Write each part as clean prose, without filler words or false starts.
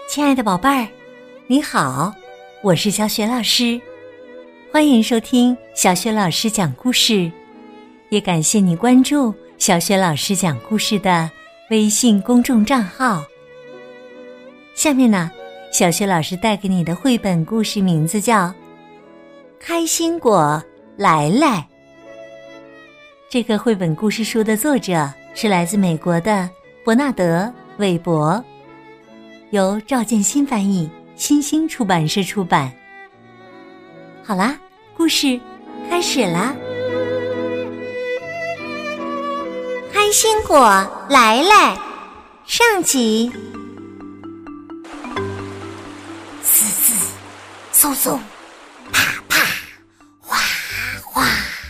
亲爱的宝贝儿，你好，我是小雪老师，欢迎收听小雪老师讲故事，也感谢你关注小雪老师讲故事的微信公众账号。下面呢，小雪老师带给你的绘本故事名字叫《开心果来来》。这个绘本故事书的作者是来自美国的伯纳德·韦伯，由赵建新翻译，新兴出版社出版。好啦，故事开始啦！开心果来来，上集。嘶嘶，嗖嗖，啪啪，哗哗。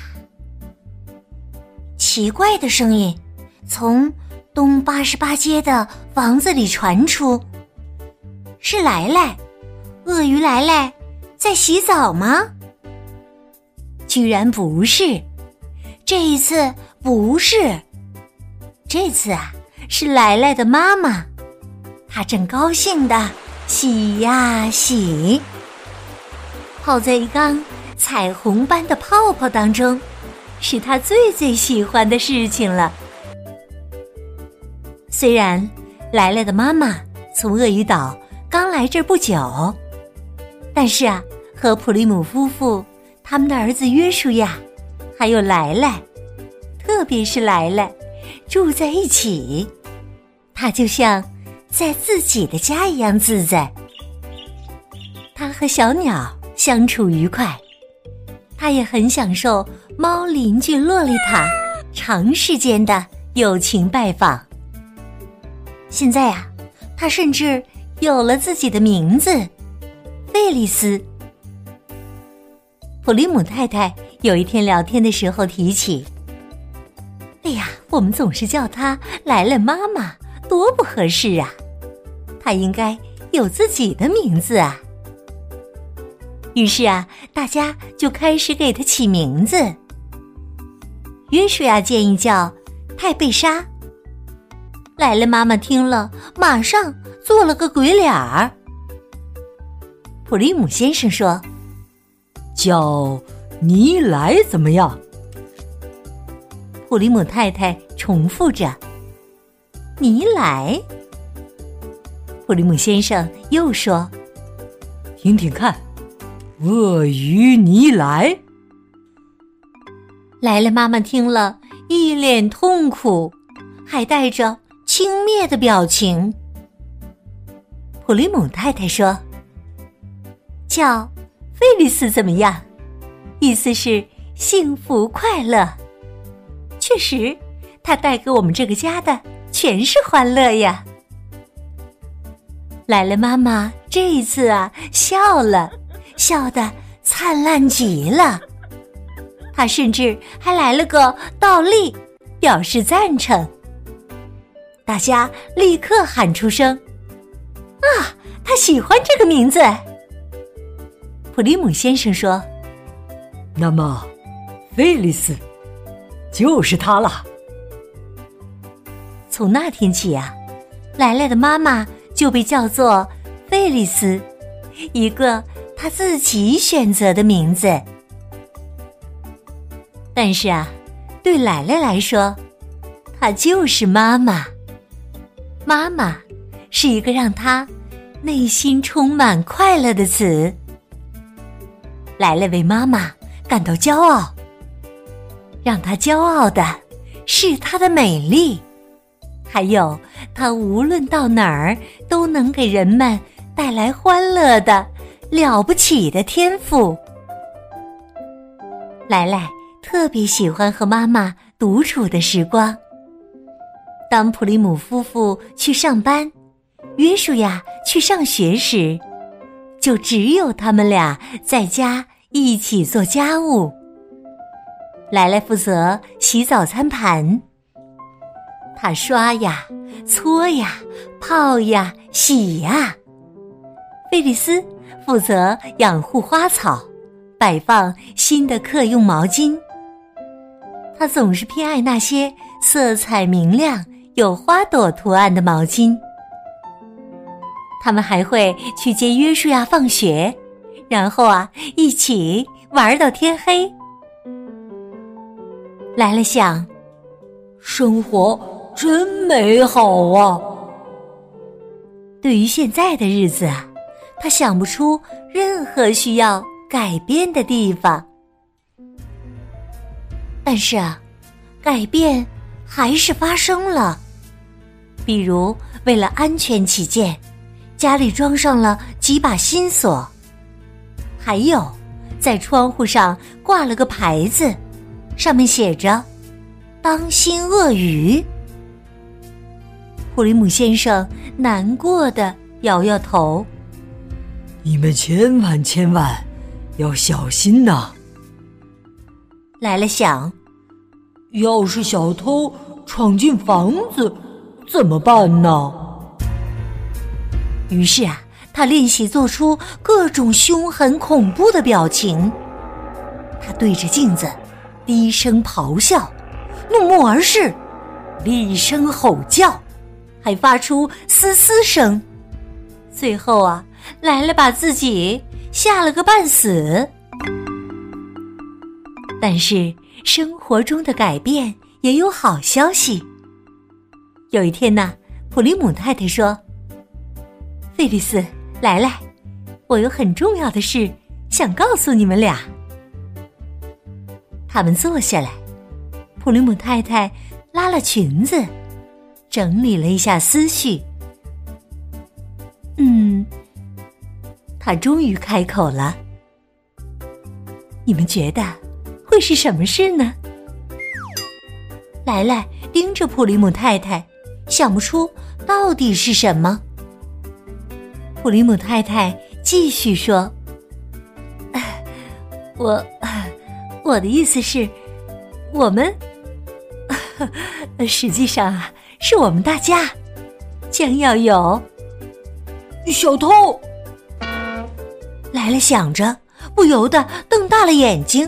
奇怪的声音从东88街的房子里传出，是来来，鳄鱼来来在洗澡吗？居然不是，这一次不是，这次啊是来来的妈妈，她正高兴地洗呀洗，泡在一缸彩虹般的泡泡当中，是她最喜欢的事情了。虽然来来的妈妈从鳄鱼岛刚来这儿不久，但是啊，和普利姆夫妇他们的儿子约书亚还有来来，特别是来来住在一起，他就像在自己的家一样自在。他和小鸟相处愉快，他也很享受猫邻居洛丽塔长时间的友情拜访。现在啊，他甚至有了自己的名字，费利斯。普利姆太太有一天聊天的时候提起，哎呀，我们总是叫她来来妈妈，多不合适啊，她应该有自己的名字啊。于是啊，大家就开始给她起名字。约书亚建议叫泰贝莎，来来妈妈听了马上做了个鬼脸儿。普利姆先生说， 叫尼莱怎么样？ 普利姆太太重复着，尼莱。普利姆先生又说， 听听看，鳄鱼尼莱。 来来妈妈听了一脸痛苦，还带着轻蔑的表情。普利姆太太说，叫费利斯怎么样？意思是幸福快乐。确实，他带给我们这个家的全是欢乐呀。来来妈妈这一次啊笑了，笑得灿烂极了。她甚至还来了个倒立，表示赞成。大家立刻喊出声，啊，他喜欢这个名字。普利姆先生说， 那么费利斯就是他了。 从那天起啊，来来的妈妈就被叫做费利斯，一个她自己选择的名字。但是啊，对来来来说，她就是妈妈。妈妈是一个让她内心充满快乐的词。来来为妈妈感到骄傲，让她骄傲的是她的美丽，还有她无论到哪儿都能给人们带来欢乐的了不起的天赋。来来特别喜欢和妈妈独处的时光。当普利姆夫妇去上班，约书亚去上学时，就只有他们俩在家一起做家务。来来负责洗早餐盘，他刷呀搓呀泡呀洗呀。费利斯负责养护花草，摆放新的客用毛巾。他总是偏爱那些色彩明亮有花朵图案的毛巾。 他们还会去接约书亚放学，然后一起玩到天黑。莱莱想， 生活真美好啊！ 对于现在的日子他想不出任何需要改变的地方。但是改变还是发生了。比如为了安全起见，家里装上了几把新锁，还有在窗户上挂了个牌子，上面写着当心鳄鱼。普利姆先生难过地摇摇头， 你们千万要小心呐。 莱莱想， 要是小偷闯进房子怎么办呢？ 于是他练习做出各种凶狠恐怖的表情。他对着镜子低声咆哮，怒目而视，厉声吼叫，还发出嘶嘶声。最后莱莱把自己吓了个半死。但是生活中的改变也有好消息。有一天普利姆太太说，菲利斯，莱莱，我有很重要的事想告诉你们俩。他们坐下来，普利姆太太拉了裙子，整理了一下思绪。她终于开口了。你们觉得会是什么事呢？莱莱盯着普利姆太太，想不出到底是什么。普利姆太太继续说，我的意思是，我们实际上是我们大家将要有小偷。 莱莱想着，不由得瞪大了眼睛。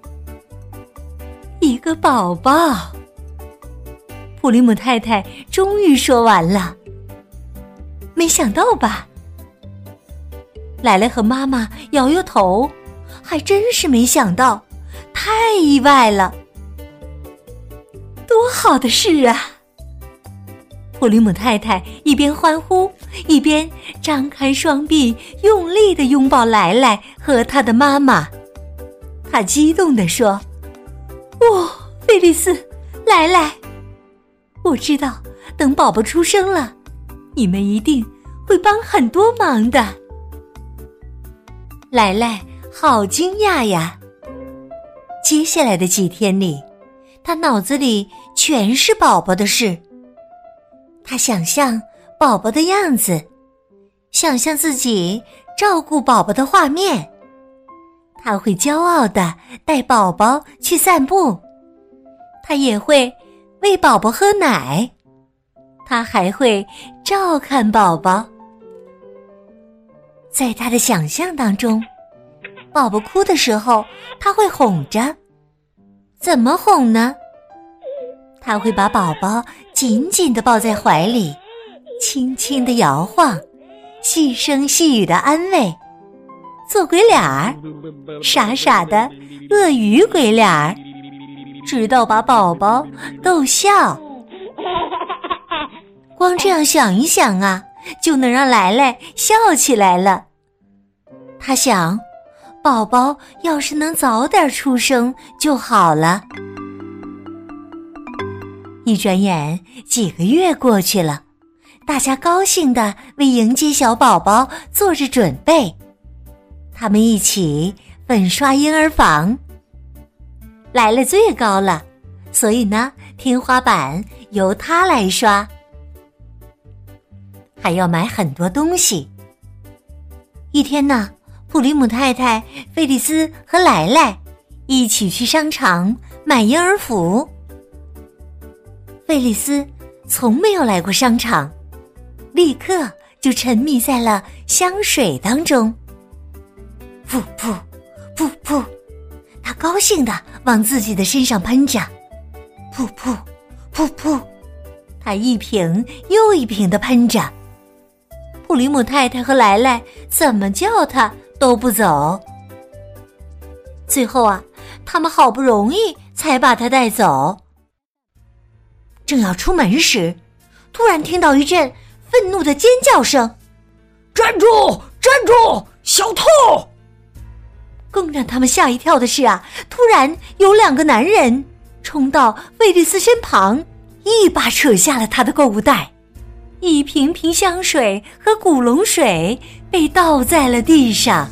一个宝宝。普利姆太太终于说完了。没想到吧？莱莱和妈妈摇摇头，还真是没想到，太意外了。多好的事啊！普利姆太太一边欢呼，一边张开双臂，用力地拥抱莱莱和她的妈妈。她激动地说，菲利斯，莱莱，我知道等宝宝出生了，你们一定会帮很多忙的。莱莱好惊讶呀！接下来的几天里，他脑子里全是宝宝的事。他想象宝宝的样子，想象自己照顾宝宝的画面。他会骄傲地带宝宝去散步，他也会喂宝宝喝奶，他还会照看宝宝。在他的想象当中，宝宝哭的时候，他会哄着。怎么哄呢？他会把宝宝紧紧地抱在怀里，轻轻地摇晃，细声细语地安慰，做鬼脸儿，傻傻的鳄鱼鬼脸儿，直到把宝宝逗笑。光这样想一想就能让莱莱笑起来了。他想，宝宝要是能早点出生就好了。一转眼几个月过去了，大家高兴地为迎接小宝宝做着准备。他们一起粉刷婴儿房。莱莱最高了，所以天花板由他来刷。还要买很多东西。一天普利姆太太、菲利斯和莱莱一起去商场买婴儿服。菲利斯从没有来过商场，立刻就沉迷在了香水当中。噗噗噗噗，他高兴地往自己的身上喷着。噗噗噗噗，他一瓶又一瓶地喷着。 普利姆太太和莱莱怎么叫他都不走。最后啊，他们好不容易才把他带走。正要出门时，突然听到一阵愤怒的尖叫声：“ 站住！站住！小偷！” 更让他们吓一跳的是啊，突然有2个男人冲到菲利斯身旁，一把扯下了他的购物袋，一瓶瓶香水和古龙水被倒在了地上。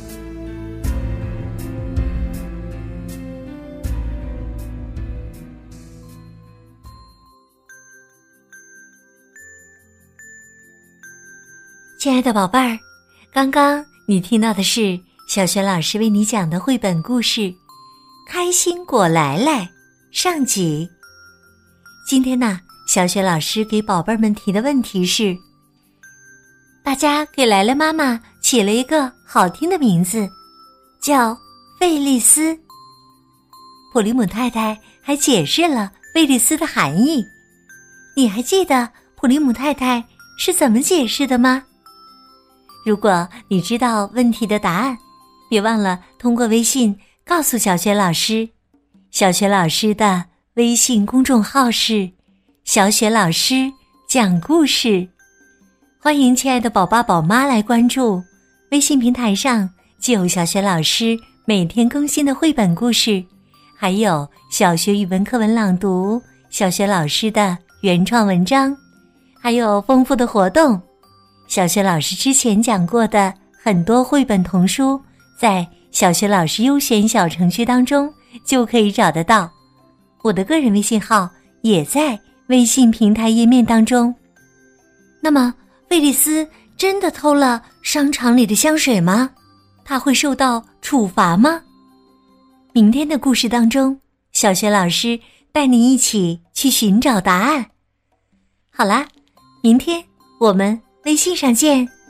亲爱的宝贝儿，刚刚你听到的是小雪老师为你讲的绘本故事《开心果莱莱》上集。今天呢，小雪老师给宝贝们提的问题是：大家给莱莱妈妈起了一个好听的名字，叫费利斯。普利姆太太还解释了费利斯的含义。你还记得普利姆太太是怎么解释的吗？如果你知道问题的答案，别忘了通过微信告诉小雪老师。小雪老师的微信公众号是小雪老师讲故事，欢迎亲爱的宝爸宝妈来关注。微信平台上既有小雪老师每天更新的绘本故事，还有小学语文课文朗读，小学老师的原创文章，还有丰富的活动。小学老师之前讲过的很多绘本童书，在小学老师优选小程序当中就可以找得到。我的个人微信号也在微信平台页面当中。那么，费利斯真的偷了商场里的香水吗？他会受到处罚吗？明天的故事当中，小学老师带你一起去寻找答案。好啦，明天我们微信上见。